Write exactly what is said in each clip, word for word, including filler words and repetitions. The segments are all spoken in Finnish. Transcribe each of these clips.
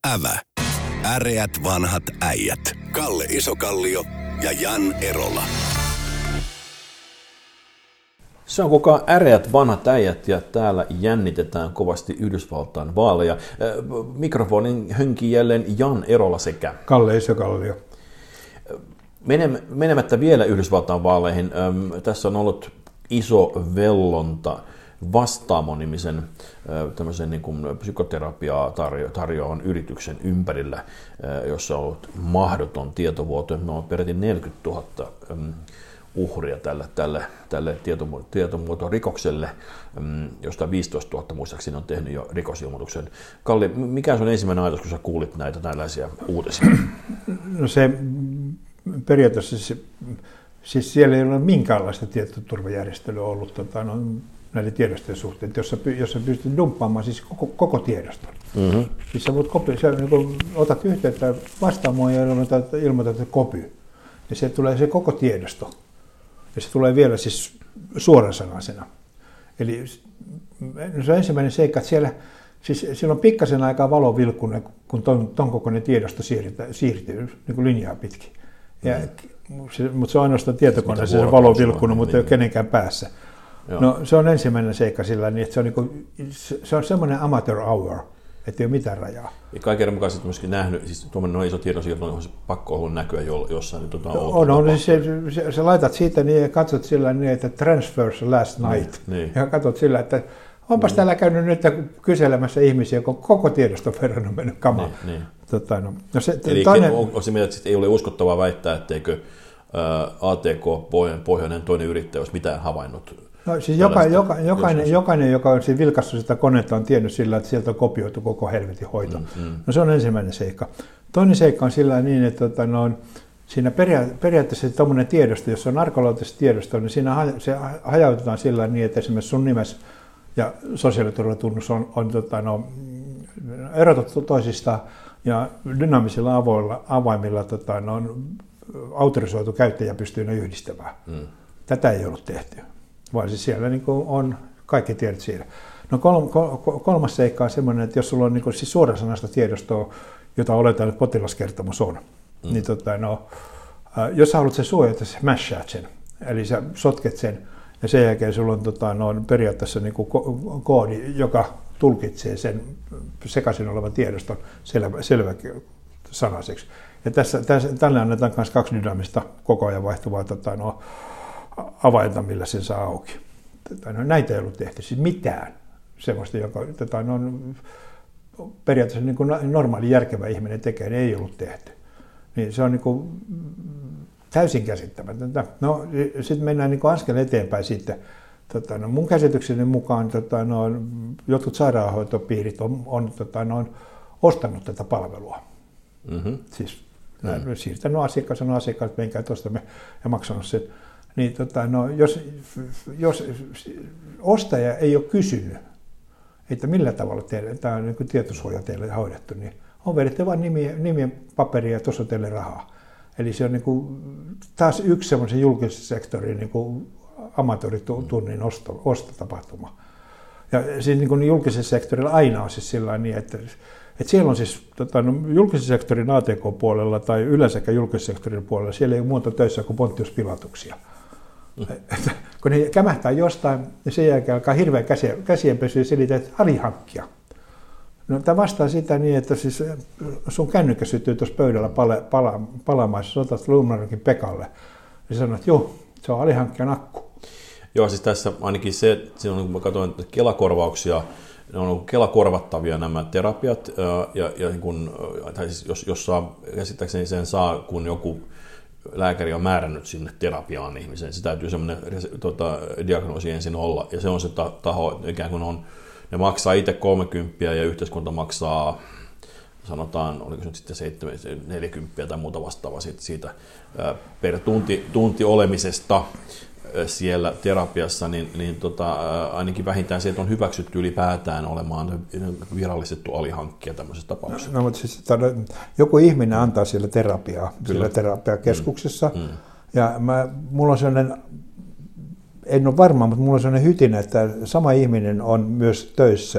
Ävä. Äreät vanhat äijät. Kalle Isokallio ja Jan Erola. Se on kukaan äreät vanhat äijät ja täällä jännitetään kovasti Yhdysvaltain vaaleja. Mikrofonin hönkii jälleen Jan Erola sekä Kalle Isokallio. Menemättä vielä Yhdysvaltain vaaleihin, tässä on ollut iso vellonta Vastaamo-nimisen tämmöisen niin kuin psykoterapiaa tarjo- tarjoavan yrityksen ympärillä, jossa on ollut mahdoton tietovuoto. Me on peräti neljäkymmentätuhatta uhria tälle, tälle, tälle tietomu- tietomuotorikokselle, josta viisitoistatuhatta muistaakseni on tehnyt jo rikosilmoituksen. Kalli, mikä on sun ensimmäinen ajatus, kun sä kuulit näitä tällaisia uutisia? No se periaatteessa, se, siis siellä ei ole minkäänlaista tietoturvajärjestelyä ollut tota, no, näiden tiedostojen suhteen, jos sä, jos sä pystyt dumppaamaan siis koko, koko tiedoston. Mm-hmm. Siis sä voit kopi, sä niin otat yhteyttä Vastaamoon ja ilmoitat, ilmoitat kopy. Ja se tulee se koko tiedosto. Ja se tulee vielä siis suorasanaisena. Eli no se on ensimmäinen seikka, että siellä, siis siellä on pikkasen aikaa valovilkkunen, kun ton, ton kokoinen tiedosto siirtyy niin kuin linjaa pitkin. Ja, mm. se, mutta se on ainoastaan tietokoneessa se valovilkkunut, mutta ei ole kenenkään päässä. Joo. No se on ensimmäinen seikka sillä, niin että se on, niin kuin, se on semmoinen amateur hour, että ei ole mitään rajaa. Ja kaiken mukaan sitten myöskin nähnyt, siis tuommoinen iso tiedonsiirto on se pakko ollut näkyä jossain. Niin tuota, on, on, siis se, se, se laitat siitä niin ja katsot sillä niin, että transfers last night. Niin, ja katsot sillä, että onpas niin. Täällä käynyt nyt kyselemässä ihmisiä, kun koko tiedoston verran on mennyt kamaan. Niin, niin. Tota, no, no se, Eli toinen... on, on se mieltä, että ei ole uskottavaa väittää, etteikö ä, A T K-pohjainen toinen yrittäjä olisi mitään havainnut. No siis joka, joka, jokainen, jokainen, joka on siis vilkaissut sitä konetta, on tiennyt sillä, että sieltä on kopioitu koko helvetin hoito. Mm, mm. No se on ensimmäinen seikka. Toinen seikka on sillä niin, että tota, no, siinä peria- periaatteessa tuommoinen tiedosto, jos on arkeologista tiedostoa, niin siinä ha- se hajautetaan sillä niin, että esimerkiksi sun nimes ja sosiaaliturvatunnus on, on tota, no, erotettu toisistaan ja dynaamisilla avoilla, avaimilla tota, no, autorisoitu käyttäjä pystyy ne yhdistämään. Mm. Tätä ei ollut tehty. Vaan siis siellä niin kuin on kaikki tiedot siinä. No kol, kol, kolmas seikka on semmoinen, että jos sulla on niin kuin siis suorasanaista tiedostoa, jota oletaan, että potilaskertomus on, mm. niin tota, no, jos sä haluat sen suojata, sä mashaat sen. Eli sä sotket sen ja sen jälkeen sulla on tota, no, periaatteessa niin kuin koodi, joka tulkitsee sen sekaisin olevan tiedoston selvä, selväsanaiseksi. Ja tässä, tässä, tälle annetaan myös kaksi dynaamista koko ajan vaihtuvaa tota, no, avainta, millä sen saa auki. No, näitä ei ollut tehty, siis mitään semmoista, joka tätä on periaatteessa niin kuin normaali järkevä ihminen tekee, niin ei ollut tehty. Niin se on niin kuin täysin käsittämätöntä. No sitten mennään niin kuin askel eteenpäin sitten. Tota, no, mun käsitykseni mukaan tota, no, jotkut sairaanhoitopiirit on, on, tota, no, on ostanut tätä palvelua. Mm-hmm. Siis mm-hmm. siirtänyt asiakas, sanoo asiakkaat, että menkää tuosta me, ja maksanut sen. Niin, tota, no, jos, jos ostaja ei ole kysynyt, että millä tavalla teille, tämä on niin tietosuoja teille hoidettu, niin on vedetty vain nimien, nimien paperia ja tuossa on teille rahaa. Eli se on niin kuin, taas yksi semmoisen julkisen sektorin niin amatööritunnin osto, ostotapahtuma. Ja siis niin kuin julkisessa sektorilla aina on siis sillä niin, että, että siellä on siis tota, no, julkisen sektorin A T K-puolella tai yleensäkään julkisen sektorin puolella, siellä ei ole muuta töissä kuin Pontius Pilatuksia. Että, kun ne kämähtää jostain, ja sen jälkeen alkaa hirveän käsien, käsienpesy ja selitä, että alihankkia. No, tämä vastaa sitä niin, että siis sun kännykkä syttyy tuossa pöydällä pala, pala, palaamaan, jos otat Lumnarokin Pekalle, ja sanot, että joo, se on alihankkijan akku. Joo, siis tässä ainakin se, että kun mä katsoin Kela-korvauksia, ne on Kela-korvattavia nämä terapiat, ja, ja niin kun, tai siis jos, jos saa, käsittääkseni sen saa, kun joku lääkäri on määrännyt sinne terapiaan ihmiseen. Se täytyy semmoinen tota, diagnoosi ensin olla, ja se on se taho, ikään kuin on, ne maksaa itse kolmekymmentä ja yhteiskunta maksaa, sanotaan, oliko se nyt sitten seitsemän, neljäkymmentä tai muuta vastaavaa siitä, siitä per tunti, tunti olemisesta siellä terapiassa, niin, niin tota, ainakin vähintään se, että on hyväksytty ylipäätään olemaan virallistettu alihankkija tämmöisessä tapauksessa. No, mutta siis, tada, joku ihminen antaa siellä terapiaa, Kyllä. siellä terapiakeskuksessa, mm. Mm. ja mä, mulla on sellainen, en ole varma, mutta mulla on sellainen hytinä, että sama ihminen on myös töissä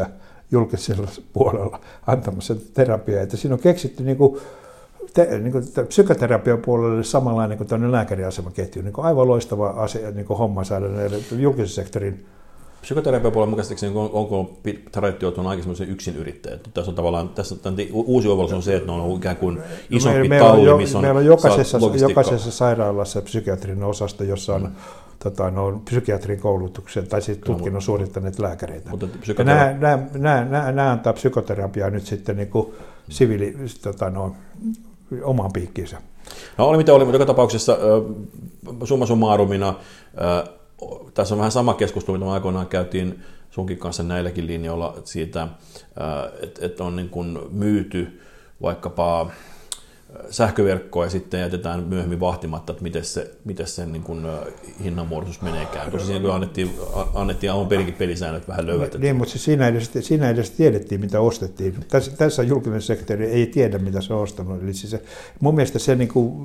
julkisella puolella antamassa terapiaa. Että siinä on keksitty niin kuin, te, niin kuin psykoterapian puolelle samanlainen kuin tämmöinen lääkäriasemaketju. Niin kuin aivan loistava asia, niin kuin homma saada julkisen sektorin. Psykoterapian puolella mukaisesti, onko traditio, että on aika semmoisia yksin yrittäjät? Tässä on tavallaan, tässä on, uusi oivallus on se, että ne on ikään kuin isompi meillä talli, on, missä on meillä on jokaisessa, jokaisessa sairaalassa psykiatrinen osasto, jossa on mm. tota, no, psykiatrin koulutuksen tai siis tutkinnon suorittaneet lääkäreitä. Psykotera- nämä, nämä, nämä, nämä, nämä antaa psykoterapiaa nyt sitten niin kuin mm. siviili, tota, no, omaan piikkiinsä. No oli mitä oli, mutta joka tapauksessa summa summarumina, tässä on vähän sama keskustelu, mitä me aikoinaan käytiin sunkin kanssa näilläkin linjoilla siitä, että, että on niin kuin myyty vaikkapa sähköverkkoa ja sitten jätetään myöhemmin vahtimatta, että miten se, miten sen niin kuin hinnanmuodostus meneekään. Tosi siinä annettiin, annettiin alun perinkin pelisäännöt vähän löyvät. Niin, mutta siinä edes, siinä edes tiedettiin, mitä ostettiin. Tässä, tässä julkinen sektori ei tiedä, mitä se on ostanut. Eli siis se, mun mielestä se niin kuin,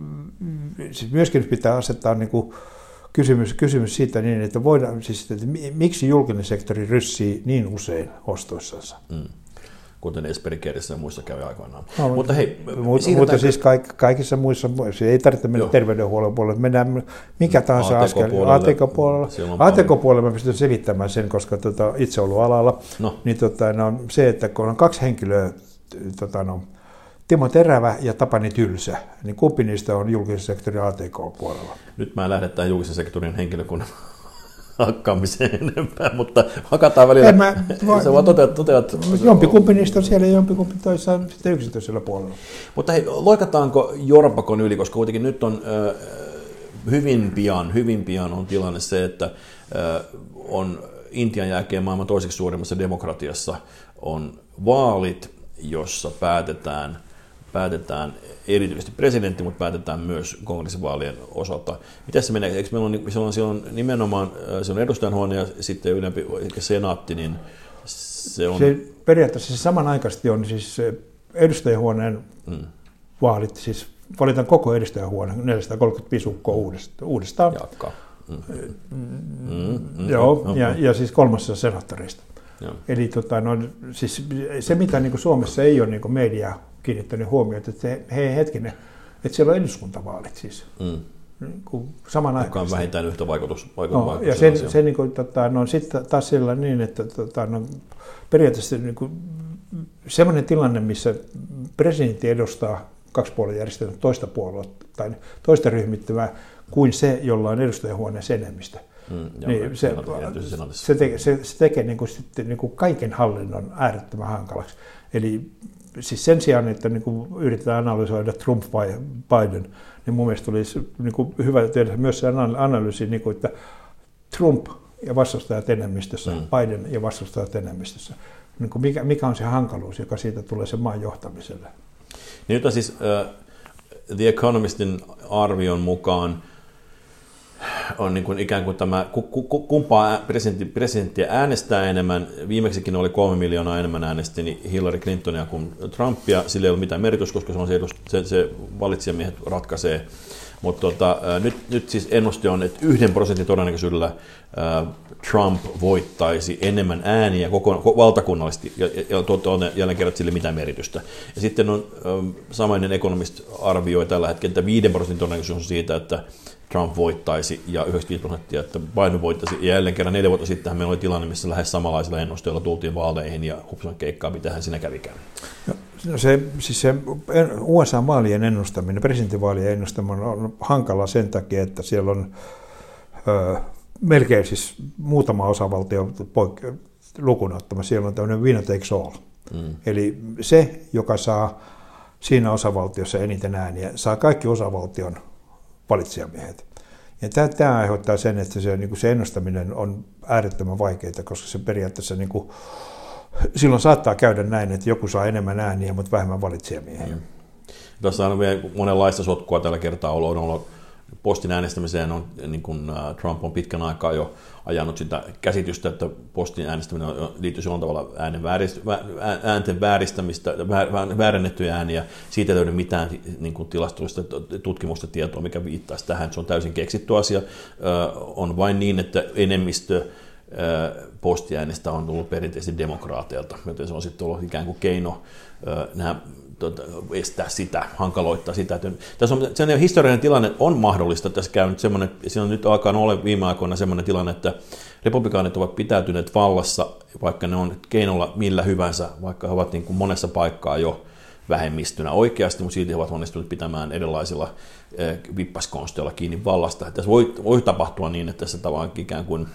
siis myöskin pitää asettaa niin kuin Kysymys, kysymys siitä niin, että, voidaan, siis, että miksi julkinen sektori ryssii niin usein ostoissansa. Mm. Kuten Esperi Kerissä ja muissa käy aikoinaan. No, mutta hei, mutta, mutta siis kaik, kaikissa muissa, ei tarvitse mennä Joo. terveydenhuollon puolelle, mennään mikä tahansa askel. A T K-puolella. A T K-puolella mä pystyn selittämään sen, koska tota, itse ollut alalla. No. Niin, tota, no, se, että kun on kaksi henkilöä, tota, no, Timo Terävä ja Tapani Tylsä, niin kumpi niistä on julkisen sektorin A T K-puolella? Nyt mä lähden tähän julkisen sektorin henkilökunnan hakkaamiseen enempää, mutta hakataan välillä. Mä, va- Sä vaan toteat, toteat. Jompikumpi niistä on siellä ja jompikumpi toisessa sitten yksityisellä puolella. Mutta hei, loikataanko Jorpakon yli, koska kuitenkin nyt on äh, hyvin pian, hyvin pian on tilanne se, että äh, on Intian jälkeen maailman toiseksi suurimmassa demokratiassa on vaalit, jossa päätetään päätetään erityisesti presidentti, mutta päätetään myös kongressivaalien osalta. Miten se menee? Eikö meillä on, silloin, silloin nimenomaan se on edustajanhuone ja sitten ylempi senaatti, niin se on... Se, periaatteessa se samanaikaisesti on siis edustajanhuoneen mm. vaalit, siis valitaan koko edustajanhuone, neljäsataakolmekymmentäviisi ukkoa uudestaan. Jatkaa. Mm. Mm. Mm. Joo, mm. Ja, ja siis kolmassa senaattoreista. Joo. Eli tota, no, siis se, mitä niin kuin Suomessa ei ole niin media kiinnittänyt huomiota, että se, hei hetkinen, että siellä on eduskuntavaalit siis. Mm. Niin samanaikaisesti. Joka on vähintään yhtä vaikutus. vaikutus no, ja se, se niin kuin, tota, no, sitten taas sillä niin, että tota, no, periaatteessa niin kuin, sellainen tilanne, missä presidentti edustaa kaksi puolen järjestelmää toista puolella tai toista ryhmittymää kuin se, jolla on edustajahuoneessa enemmistö. Mm, niin se, se, tekee, se, se tekee niin kuin, sitten, niin kuin kaiken hallinnon äärettömän hankalaksi. Eli siis sen sijaan, että niin kuin yritetään analysoida Trump vai Biden, niin mun mielestä olisi niin kuin hyvä tehdä myös se analyysi, niin kuin, että Trump ja vastustajat enemmistössä, mm. Biden ja vastustajat enemmistössä. Niin kuin mikä, mikä on se hankaluus, joka siitä tulee sen maan johtamiselle? Niin nyt on siis uh, The Economistin arvion mukaan on niin kuin ikään kuin tämä, kumpaa presidentti, presidenttiä äänestää enemmän, viimeksikin oli kolme miljoonaa enemmän äänesti niin Hillary Clintonia kuin Trumpia, sillä ei ole mitään merkitystä, koska se, on se, se, se valitsijamiehet ratkaisee, mutta tota, nyt, nyt siis ennuste on, että yhden prosentin todennäköisyydellä äh, Trump voittaisi enemmän ääniä koko, valtakunnallisesti, ja, ja tuotte on jälleen kerran sille mitään merkitystä. Ja sitten on ähm, samainen Economist arvioi tällä hetkellä, että viiden prosentin todennäköisyys on siitä, että Trump voittaisi ja yhdeksänkymmentäviisi prosenttia, että Biden voittaisi. Ja jälleen kerran neljä vuotta sitten meillä oli tilanne, missä lähes samanlaisilla ennusteilla tultiin vaaleihin ja hupsan keikkaa, mitähän siinä kävikään. No se, siis se U S A-vaalien ennustaminen, presidentinvaalien ennustaminen on hankala sen takia, että siellä on ö, melkein siis muutama osavaltio poik- lukuun ottamatta. Siellä on tämmöinen winner takes all. Mm. Eli se, joka saa siinä osavaltiossa eniten ääniä, saa kaikki osavaltion valitsijamiehet. Ja tämä, tämä aiheuttaa sen, että se, niin kuin se ennustaminen on äärettömän vaikeaa, koska se periaatteessa niin kuin, silloin saattaa käydä näin, että joku saa enemmän ääniä, mutta vähemmän valitsijamiehiä. Mm. Tässä on vielä monenlaista sotkua tällä kertaa ollut. On ollut postin äänestämiseen on, niin kuin Trump on pitkän aikaa jo ajanut sitä käsitystä, että postin äänestäminen liittyy sillä tavalla äänen väärist, äänten vääristämistä, väärennettyjä ääniä. Siitä ei löydy mitään niin kuin tilastollista tutkimusta tietoa, mikä viittaisi tähän. Se on täysin keksitty asia. On vain niin, että enemmistö postiäänistä on tullut perinteisesti demokraateilta, joten se on sitten ollut ikään kuin keino nämä, tuota, estää sitä, hankaloittaa sitä. Tässä on sellainen historiallinen tilanne, on mahdollista, tässä käy nyt semmoinen, siinä on nyt alkaa olla viime aikoina semmoinen tilanne, että republikaanit ovat pitäytyneet vallassa, vaikka ne on keinolla millä hyvänsä, vaikka he ovat niin kuin monessa paikkaa jo vähemmistönä oikeasti, mutta silti he ovat onnistuneet pitämään erilaisilla vippaskonsteilla kiinni vallasta. Tässä voi, voi tapahtua niin, että tässä tavallaan ikään kuin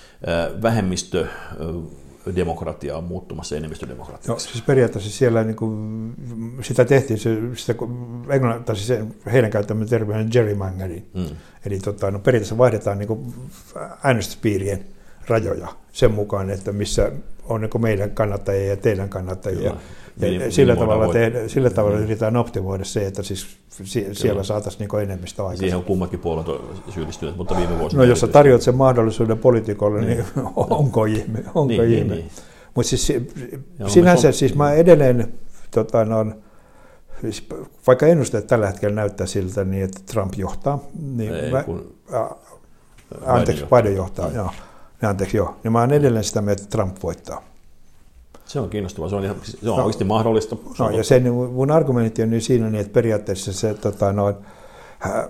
vähemmistödemokratia on muuttumassa enemmistödemokratiaksi. No, siis periaatteessa siellä niin kuin, sitä tehtiin, se, sitä, englannin, siis heidän käyttämään terminen gerrymandering. Mm. Eli tota, no, periaatteessa vaihdetaan niin kuin äänestyspiirien rajoja sen mukaan, että missä on niin kuin meidän kannattajia ja teidän kannattajia. Ja, ja, ja sillä tavalla, te, sillä tavalla mm. yritetään optimoida se, että siis sie, siellä saataisiin niin enemmistö aikaisemmin. Siihen on kummakin puolet syyllistyneet, mutta viime vuosina... No jos sä tarjoat sen mahdollisuuden poliitikolle, niin, niin onko ihme? Onko niin, ihme? Niin, niin. Mutta siis sinänsä on... siis mä edelleen, tota, no, siis, vaikka ennusteet tällä hetkellä näyttää siltä, niin että Trump johtaa, niin Ei, mä, kun... ä, anteeksi, Biden johtaa, mm. joo. Anteeksi, joo. Niin mä oon edelleen sitä mieltä, että Trump voittaa. Se on kiinnostavaa. Se on, ihan, se on no, oikeasti mahdollista. No, ja sen, mun argumentti on niin siinä, niin, että periaatteessa se, tota, noin, äh,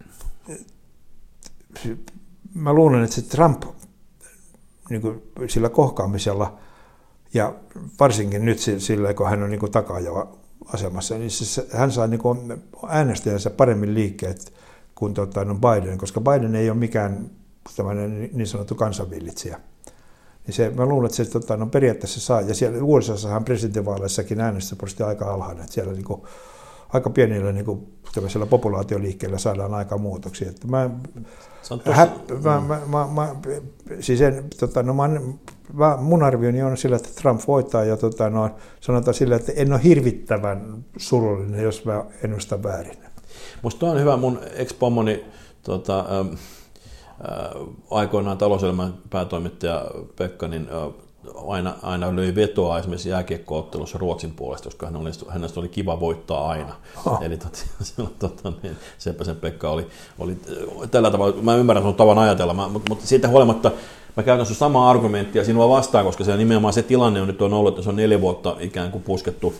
mä luulen, että se Trump niin kuin sillä kohkaamisella, ja varsinkin nyt sillä, kun hän on niin takaajava asemassa, niin se, hän saa niin äänestäjänsä paremmin liikkeet kuin tota, no Biden, koska Biden ei ole mikään tämmöinen niin sanottu kansanvillitsijä. Niin se, mä luulen, että se tota, no periaatteessa saa, ja siellä U S A:ssahan presidentinvaaleissakin äänestysprosentti aika alhainen, että siellä niin kuin, aika pienillä niin kuin, tämmöisellä populaatioliikkeellä saadaan aika muutoksia. Että mä, hä, mä, mä, mä, mä, siis en, tota, no, mä, mä, mun arvioni on sillä, että Trump voittaa, ja tota, no, sanotaan sillä, että en ole hirvittävän surullinen, jos mä ennustan väärin. Musta on hyvä, mun ex-pommoni tota, ähm, aikoinaan Talouselämän päätoimittaja Pekka niin aina, aina löi vetoa esimerkiksi jääkiekko-ottelussa Ruotsin puolesta, koska hän oli, hänestä oli kiva voittaa aina. Oh. Eli tot, tot, niin, Seppäsen Pekka oli, oli tällä tavalla, mä ymmärrän sun tavan ajatella, mä, mutta, mutta siitä huolimatta mä käytän sun samaa argumenttia sinua vastaan, koska se nimenomaan se tilanne on nyt on ollut, että se on neljä vuotta ikään kuin puskettu.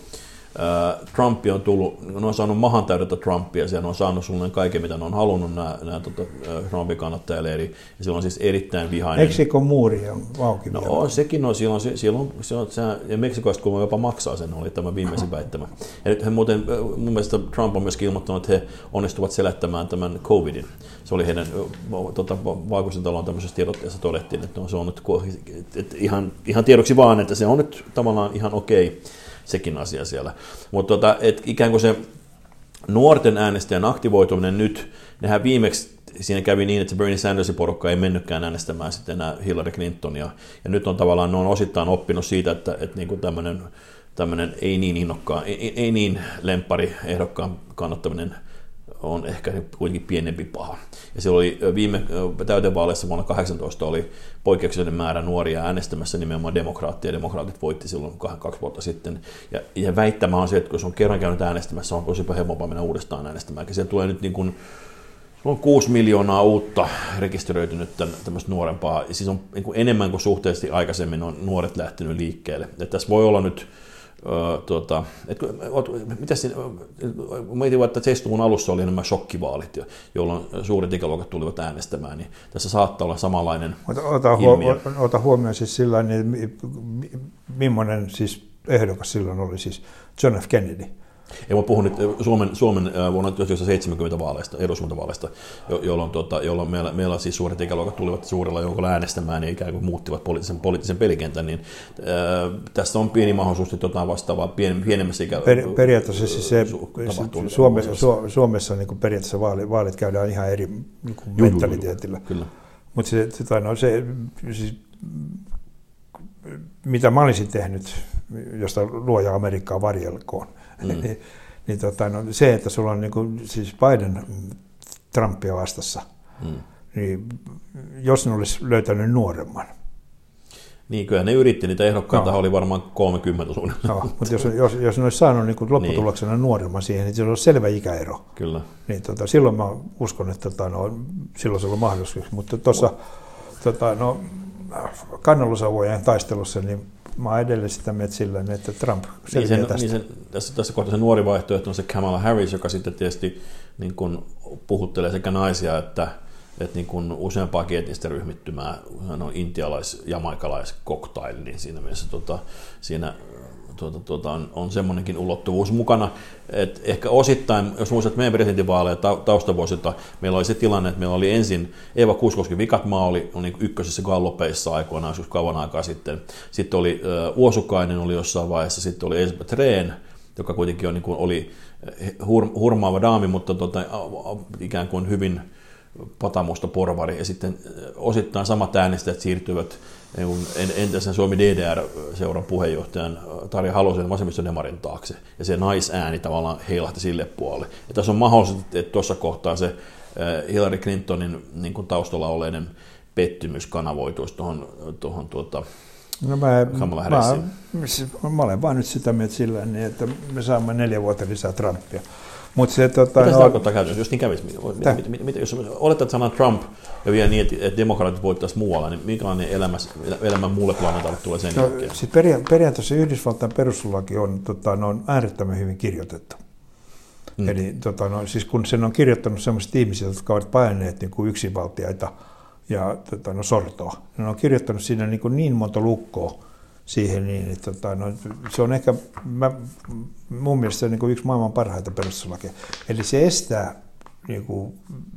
Trump on tullut, ne on saanut mahan täydeltä Trumpia, siellä on saanut sulle kaiken, mitä ne on halunnut, nämä, nämä tota, Trumpin kannattajaleiri, ja sillä on siis erittäin vihainen. Meksikon muuri on auki no, vielä. Sekin on, silloin, silloin, silloin, silloin ja Meksikoista kun jopa maksaa sen, oli tämä viimeisin väittämä. Ja nyt he muuten, mun mielestä Trump on myöskin ilmoittanut, että he onnistuvat selättämään tämän covidin. Se oli heidän tota, Valkoisen talon tämmöisessä tiedotteessa todettiin, että no, se on nyt että ihan, ihan tiedoksi vaan, että se on nyt tavallaan ihan okei. Sekin asia siellä. Mutta tota, ikään kuin se nuorten äänestäjän aktivoituminen nyt, nehän viimeksi siinä kävi niin, että se Bernie Sandersin porukka ei mennytkään äänestämään sitten enää Hillary Clintonia. Ja nyt on tavallaan, ne on osittain oppinut siitä, että, että niin kuin tämmöinen, tämmöinen ei niin innokkaan, ei, ei niin lemppari ehdokkaan kannattaminen on ehkä kuitenkin pienempi paha. Ja siellä oli viime täytevaaleissa vuonna kahdeksantoista oli poikkeuksellinen määrä nuoria äänestämässä nimenomaan demokraattia. Demokraatit voitti silloin kaksi vuotta sitten. Ja, ja väittämä on se, että kun se on kerran käynyt äänestämässä, on tosi helpompaa mennä uudestaan äänestämään. Ja siellä tulee nyt niin kuin, on kuusi miljoonaa uutta rekisteröitynyt tämmöistä nuorempaa. Ja siis on niin kuin enemmän kuin suhteellisesti aikaisemmin on nuoret lähtenyt liikkeelle. Ja tässä voi olla nyt Öö, tuota, et, mitäs siinä, mietin, että seitsemänkymmentäluvun alussa oli nämä shokkivaalit, jolloin suuret ikäluokat tulivat äänestämään, niin tässä saattaa olla samanlainen ota, ilmiö. Ota huomioon siis sillä niin, millainen siis ehdokas silloin oli siis John F. Kennedy. Ja mä puhun nyt Suomen, Suomen vuonna tuhatyhdeksänsataaseitsemänkymmentä vaaleista, eduskuntavaaleista, jolloin, tuota, jolloin meillä, meillä siis suuret ikäluokat tulivat suurella joukolla äänestämään ja ikään kuin muuttivat poliittisen, poliittisen pelikentän, niin ää, tässä on pieni mahdollisuus jotain vastaavaa pien, pienemmässä ikäluokassa. Per, periaatteessa siis se, Suomessa, Su, Suomessa niin periaatteessa vaalit, vaalit käydään ihan eri niin mentaliteetillä. Mutta se, se, no, se siis, mitä mä olisin tehnyt, josta luoja Amerikkaa varjelkoon, Mm. niin, niin tota, no, se, että sulla on niin kuin, siis Biden Trumpia vastassa, mm. niin jos ne olisi löytänyt nuoremman. Niin, kyllä ne yritti, niitä ehdokkaita no. oli varmaan kolmekymmentä suunnilleen. No, mutta jos, jos, jos ne olisi saanut niin kuin lopputuloksena niin. nuoremman siihen, niin se olisi selvä ikäero. Kyllä. Niin, tota, silloin mä uskon, että tota, no, silloin se on mahdollisuus. Mutta tuossa, tota, no, kannallusavojen taistelussa, niin mä oon edelleen sitä mieltä sillä, että Trump selviää niin tästä. Niin sen, tässä, tässä kohtaa se nuori vaihtoehto on se Kamala Harris, joka sitten tietysti niin kun puhuttelee sekä naisia että, että niin kun useampaakin etnistä ryhmittymää, hän on intialais-jamaikalais-cocktail, niin siinä mielessä tota, siinä tuota, tuota, on, on semmoinenkin ulottuvuus mukana, että ehkä osittain, jos muistat meidän presidentinvaaleja taustavuosilta, meillä oli se tilanne, että meillä oli ensin Eeva Kuuskoski Vikatmaa oli, oli ykkösessä gallupeissa aikoinaan, joskus kauan aikaa sitten, sitten oli uh, Uosukainen oli jossain vaiheessa, sitten oli Elisabeth Rehn, joka kuitenkin on, niin kuin, oli hur, hurmaava daami, mutta tota, ikään kuin hyvin patamusta porvari, ja sitten osittain samat äänestäjät siirtyivät entisen Suomi D D R-seuran puheenjohtajan Tarja Halosen vasemmistodemarin taakse, ja se naisääni tavallaan heilahti sille puolelle. Ja tässä on mahdollisesti, että tuossa kohtaa se Hillary Clintonin niin kuin taustalla oleinen pettymys kanavoituisi tuohon, tuohon tuota, no mä, Kamala Harrisiin. Mä, mä olen vaan nyt sitä mieltä sillä niin, että me saamme neljä vuotta lisää Trumpia. Mut se, tota, mitä se no, tarkoittaa käytännössä, jos niin kävisi? Mit, mit, mit, jos oletat sanan Trump ja vielä niin, että demokraatit voittaisiin muualla, niin minkälainen elämä, elämä muulle planeetalle tulee sen no, jälkeen? Siis peria, periaatteessa Yhdysvaltain perustuslaki on, tota, no, on äärettömän hyvin kirjoitettu. Hmm. Eli tota, no, siis kun sen on kirjoittanut sellaiset ihmiset, jotka ovat paineet niin kuin yksinvaltiaita ja tota, no, sortoa, ne on kirjoittanut siinä niin, kuin niin monta lukkoa siihen, niin, että tota, no, se on ehkä mä, mun mielestä se on niin kuin yksi maailman parhaita perustuslakeja. Eli se estää niin kuin,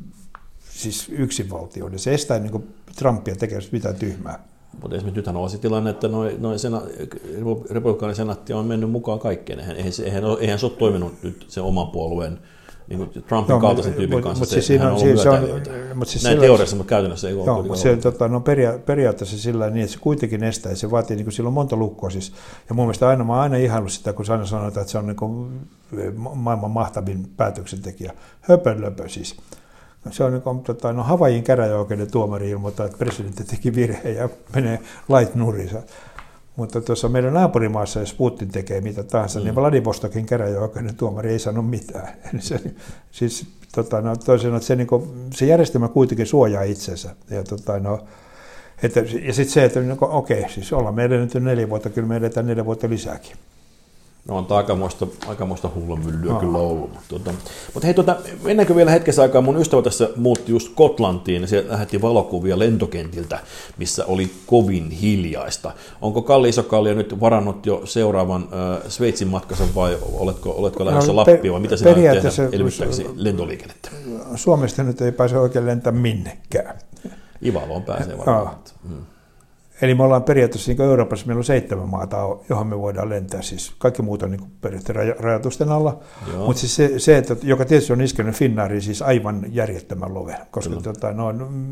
siis yksinvaltioiden, se estää niin kuin Trumpia tekemästä mitään tyhmää. Mutta esimerkiksi nythän on se tilanne, että noin noi sena- republikaanin senaatti on mennyt mukaan kaikkeen. Eihän, eihän, eihän, eihän se ole toiminut nyt sen oman puolueen niin Trumpin no, kaltaisen tyypin kanssa. Mutta siis siinä on, siis se on, mutta siis näin teoriassa, mutta käytännössä ei ole. Joo, mutta se tota, no peria- periaatteessa sillä niin, että se kuitenkin estää, ja se vaatii, niin kuin sillä on monta lukkoa siis. Ja mun mielestä aina, mä oon aina ihaillut sitä, kun aina sanotaan, että se on niin kuin maailman mahtavin päätöksentekijä. Höpönlöpö siis. Se on niin kuin, tota, no Havaijin käräjäoikeuden tuomari ilmoittaa, että presidentti teki virheen ja menee lait nurinsa. Mutta tuossa meidän naapurimaassa, jos Putin tekee mitä tahansa, mm. niin Vladivostokin käräjäoikeuden tuomari ei sano mitään. Eli se, siis, tota, no, toisin, että se, niin kuin, se järjestelmä kuitenkin suojaa itsensä. Ja, tota, no, että, ja sitten se, että no, okei, okay, siis ollaan me edennyt neljä vuotta, kyllä me edetään neljä vuotta lisääkin. No on aikamoista, aikamoista hullunmyllyä no. kyllä ollut. Tuota, mutta hei, tuota, mennäänkö vielä hetkessä aikaa? Mun ystävä tässä muutti just Skotlantiin ja siellä lähetti valokuvia lentokentiltä, missä oli kovin hiljaista. Onko Kalli Isokallio nyt varannut jo seuraavan äh, Sveitsin matkansa vai oletko, oletko lähdössä no, Lappiin vai mitä sinä olet tehdä elvyttääksi lentoliikennettä? Suomesta nyt ei pääse oikein lentää minnekään. Ivaloon pääsee varmaan. Hmm. Eli me ollaan periaatteessa niin Euroopassa, meillä on seitsemän maata, johon me voidaan lentää, siis kaikki muut on niin periaatteessa rajoitusten alla, mutta siis se, se että, joka tietysti on iskenyt Finnairiin siis aivan järjettömän loven, koska tota, no,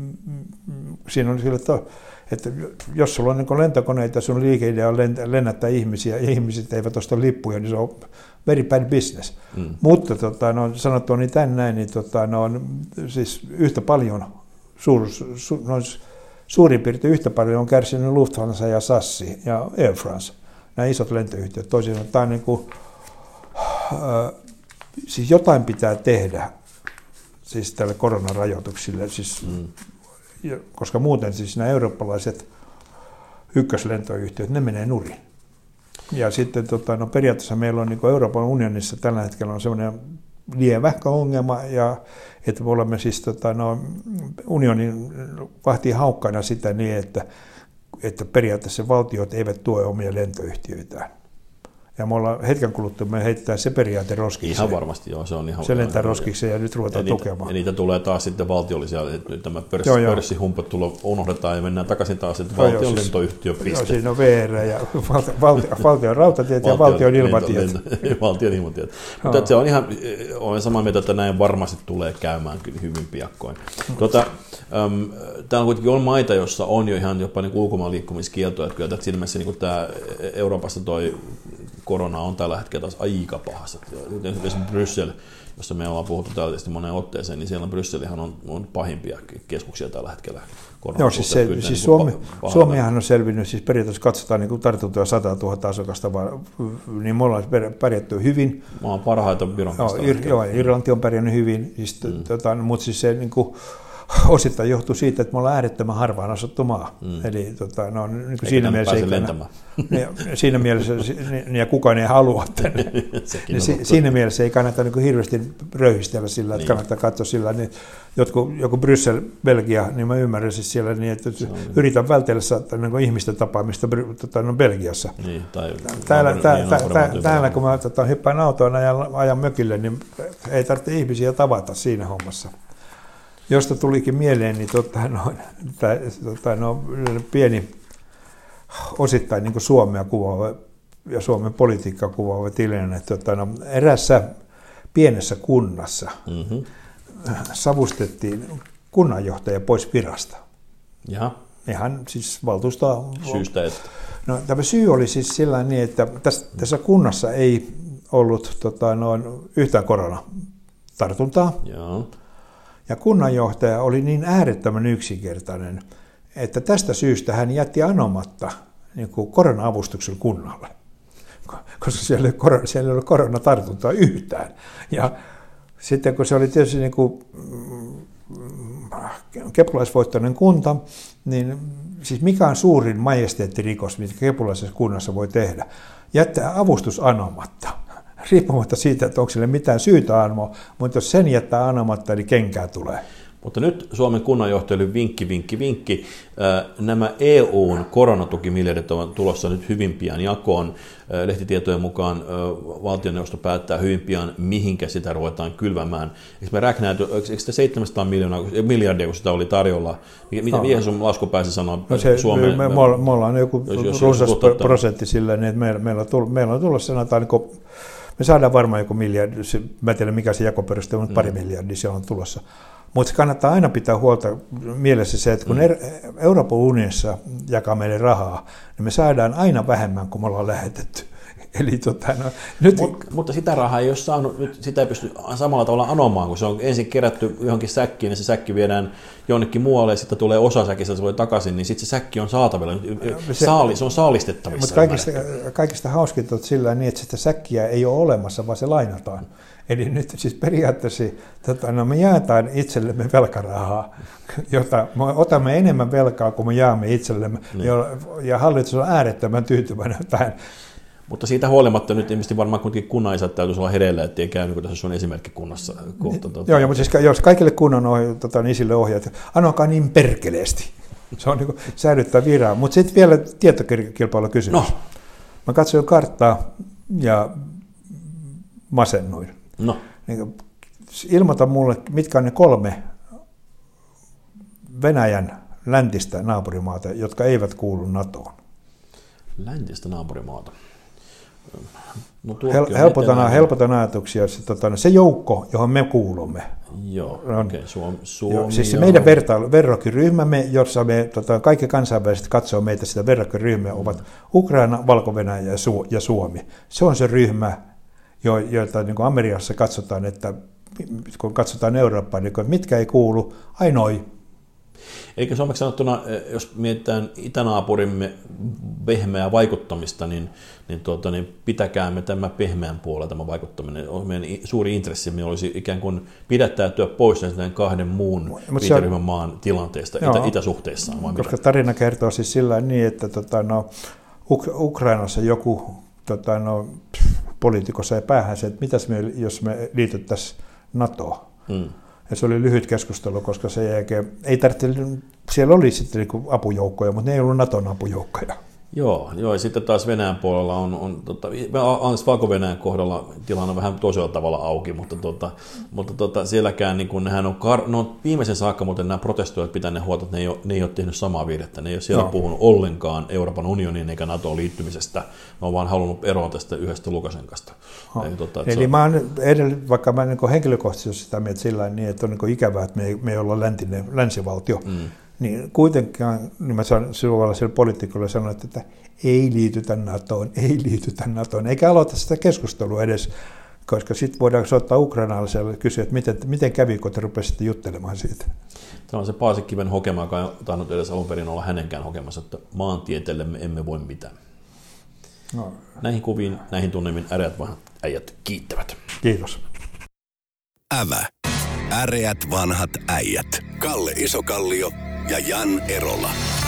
siinä on sillä, että, että jos sulla on niin lentokoneita, sun liikeidea on lennättää ihmisiä ja ihmiset eivät osta lippuja, niin se on very bad business. Mm. Mutta tota, no, sanottua niin tän näin, niin tota, no, siis yhtä paljon suur, su, no, suurin piirtein yhtä paljon on kärsinyt Lufthansa ja S A S ja Air France, nämä isot lentoyhtiöt. Toisin sanoen, niin kuin, äh, siis jotain pitää tehdä siis tälle koronarajoituksille, siis, mm. koska muuten siis nämä eurooppalaiset ykköslentoyhtiöt, ne menee nurin. Ja sitten tota, no periaatteessa meillä on niin kuin Euroopan unionissa tällä hetkellä on sellainen lievähkö ongelma, ja että me olemme siis tota, no, unionin vahtii haukkaina sitä niin, että, että periaatteessa valtiot eivät tue omia lentoyhtiöitään. Ja me ollaan hetken kuluttua, me heitetään se periaate roskikseen. Ihan varmasti, joo, se on ihan... Se lentää roskikseen ja nyt ruvetaan ja niitä, tukemaan. Ja niitä tulee taas sitten valtiollisia, että nyt tämä pörssi, pörssihumpat tulo unohdetaan ja mennään takaisin taas, että valtion joo, lentoyhtiö piste. Joo, siinä on V R ja valtion, valtion rautatiet ja valtion ilmatiet. Valtion ilmatiet. Mutta se on ihan, olen samaa mieltä, että näin varmasti tulee käymään kyllä hyvin piakkoin. Tuota, äm, täällä kuitenkin on maita, joissa on jo ihan jopa niin ulkomaan liikkumiskieltoja, että kyllä siinä mielessä niin tämä Euroopassa toi korona on tällä hetkellä taas aika pahassa. Esimerkiksi Bryssel, jossa me ollaan puhuttu täällä tietysti moneen otteeseen, niin siellä Brysselihan on, on pahimpia keskuksia tällä hetkellä. Joo, siis, se, siis niin Suomi, Suomihan on selvinnyt, siis periaatteessa katsotaan niin tartuntoja sata tuhatta asukasta, vaan, niin me ollaan pärjätty hyvin. Me ollaan parhaita Viron kanssa. Joo, Ir, joo, Irlanti on pärjännyt hyvin, siis, mm. tota, mutta siis se, niin kuin, osittain johtuu siitä, että me ollaan äärettömän harvaan asuttu maa. Mm. Eli tota, no, niin siinä, mielessä ei kannata, niin, siinä mielessä, ja kukaan ei halua tänne, niin si, siinä mielessä ei kannata niin kuin hirveästi röyhistellä sillä, että niin. kannattaa katsoa sillä, niin jotkut, joku Bryssel, Belgia, niin mä ymmärrän siis siellä niin, että yritän vältellä saattaa niin ihmisten tapaamista tota, no Belgiassa. Niin, tai täällä, naapuri, tää, niin, tää, tää, täällä kun mä tota, hyppään autoon ja ajan, ajan mökille, niin ei tarvitse ihmisiä tavata siinä hommassa. Josta tulikin mieleen, niin tota, no, tää, tota, no, pieni osittain niin kuin Suomea kuvaava ja Suomen politiikkaa kuvaava tilanne, että tota, no, erässä pienessä kunnassa mm-hmm. savustettiin kunnanjohtaja pois virasta. Jaha. Ihan siis valtuustoa. Syystä, että... No, tämä syy oli siis sillä niin, että tässä, tässä kunnassa ei ollut tota, noin, yhtään koronatartuntaa. Joo. Ja kunnanjohtaja oli niin äärettömän yksinkertainen, että tästä syystä hän jätti anomatta niin kuin korona-avustuksen kunnalle, koska siellä ei ole, siellä ei ole koronatartuntaa yhtään. Ja sitten kun se oli tietysti niin kuin kepulaisvoittoinen kunta, niin siis mikä on suurin majesteettirikos, mitä kepulaisessa kunnassa voi tehdä? Jättää avustus anomatta. Riippumatta siitä, että onko sille mitään syytä anoa, mutta jos sen jättää anomatta, niin kenkää tulee. Mutta nyt Suomen kunnanjohtajalle vinkki, vinkki, vinkki. Nämä E U:n koronatukimiljardit ovat tulossa nyt hyvin pian jakoon. Lehtitietojen mukaan valtioneuvosto päättää hyvin pian, mihinkä sitä ruvetaan kylvämään. Eikö me räknäyty, eikö sitä seitsemänsataa miljoonaa, miljardia, kun sitä oli tarjolla? Mitä no. sun laskupäässä sanoo no se, Suomeen? Me, me, me, me ollaan joku runsas prosentti sillä, että meillä, meillä, on tullut, meillä on tullut sanotaan, niin kuin, me saadaan varmaan joku miljardi, mä en tiedä mikä se jakoperuste on, mutta pari mm. miljardia se on tulossa. Mutta kannattaa aina pitää huolta mielessä se, että kun mm. Euroopan unionissa jakaa meille rahaa, niin me saadaan aina vähemmän kuin me ollaan lähetetty. Eli tota, no, nyt... Mut, mutta sitä rahaa ei ole saanut, nyt sitä ei pysty samalla tavalla anomaan, kun se on ensin kerätty johonkin säkkiin, ja se säkki viedään jonnekin muualle, ja sitten tulee osa säkistä, se tulee takaisin, niin sitten se säkki on saatavilla. Se, Saali, se on saalistettavissa. Mutta kaikista, kaikista hauskinta on sillä niin, että sitä säkkiä ei ole olemassa, vaan se lainataan. Eli nyt siis periaatteessa tota, no me jaetaan itsellemme velkarahaa, jota me otamme enemmän velkaa kuin me jaamme itsellemme, niin. ja, ja hallitus on äärettömän tyytyväinen tähän. Mutta siitä huolimatta nyt ilmeisesti varmaan kuitenkin kunnanisät täytyisi olla hereillä, ettei käy niin kuin tässä sun esimerkkikunnassa. Kohta, tuota. Joo, mutta siis jos kaikille kunnan ohja, tota, isille ohjat, anokaa niin perkeleesti. Se on niin kuin säilyttää viraa. Mutta sitten vielä tietokilpailukysymys. No. Mä katsoin karttaa ja masennuin. No. Niin, ilmoita mulle, mitkä on ne kolme Venäjän läntistä naapurimaata, jotka eivät kuulu NATOon. Läntistä naapurimaata. No, Hel, helpotan, helpotan ajatuksia. Se, tota, se joukko, johon me kuulumme. Joo, on, okay. Suomi, Suomi jo, siis se meidän vertailu, verrokkiryhmämme, jossa me, tota, kaikki kansainväliset katsoo meitä sitä verrokkiryhmää, ovat Ukraina, Valko-Venäjä ja, Su, ja Suomi. Se on se ryhmä, jo, joita niin kuin Amerikassa katsotaan, että kun katsotaan Eurooppaa, niin kuin, mitkä ei kuulu, ainoi. Eikä suomeksi sanottuna, jos mietitään itänaapurimme pehmeää vaikuttamista, niin, niin, tuota, niin pitäkäämme tämä pehmeän puolella tämä vaikuttaminen. Meidän suuri intressimme olisi ikään kuin pidättäytyä pois näiden kahden muun viiteryhmän maan tilanteesta, itä, itäsuhteissaan. Koska mitä? Tarina kertoo siis sillä niin, että tota, no, Uk- Ukrainassa joku tota, no, poliitikko sai päähän se, että mitäs me, jos me liityttäisiin NATOon. Hmm. Ja se oli lyhyt keskustelu, koska sen jälkeen ei tarvitse, siellä oli sitten niinku apujoukkoja, mutta ne ei ollut NATOn apujoukkoja. Joo, joo, ja sitten taas Venäjän puolella on, on tota, Valko-Venäjän kohdalla tilanne on vähän toisella tavalla auki, mutta, tota, mutta tota, sielläkään niin nehän on, kar, no, viimeisen saakka muuten nämä protestoijat pitää ne huolta, että ne ei, ole, ne ei ole tehnyt samaa virhettä, ne ei ole siellä no. puhunut ollenkaan Euroopan unionin eikä NATOon liittymisestä, ne on vaan halunnut eroa tästä yhdestä Lukasenkasta. No. Eli, tota, Eli on... mä oon edellä, vaikka mä niin henkilökohtaisesti sitä mieltä sillä niin, että on niin ikävää, että me ei, me ei olla läntinen, länsivaltio, mm. niin kuitenkin niin mä silloin sille poliitikolle sanoin, että ei liitytä NATOon, ei liitytä NATOon, eikä aloita sitä keskustelua edes, koska sitten voidaan soittaa ukrainalaiselle ja kysyä, että miten, miten kävi, kun te rupesitte juttelemaan siitä. Tämä on se Paasikiven hokema, joka ei tainnut edes alun perin olla hänenkään hokemassa, että maantieteellemme emme voi mitään. No. Näihin kuviin, näihin tunnelmiin äreät vanhat äijät kiittävät. Kiitos. Ävä. Äreät vanhat äijät. Kalle Isokallio ja Jan Erola.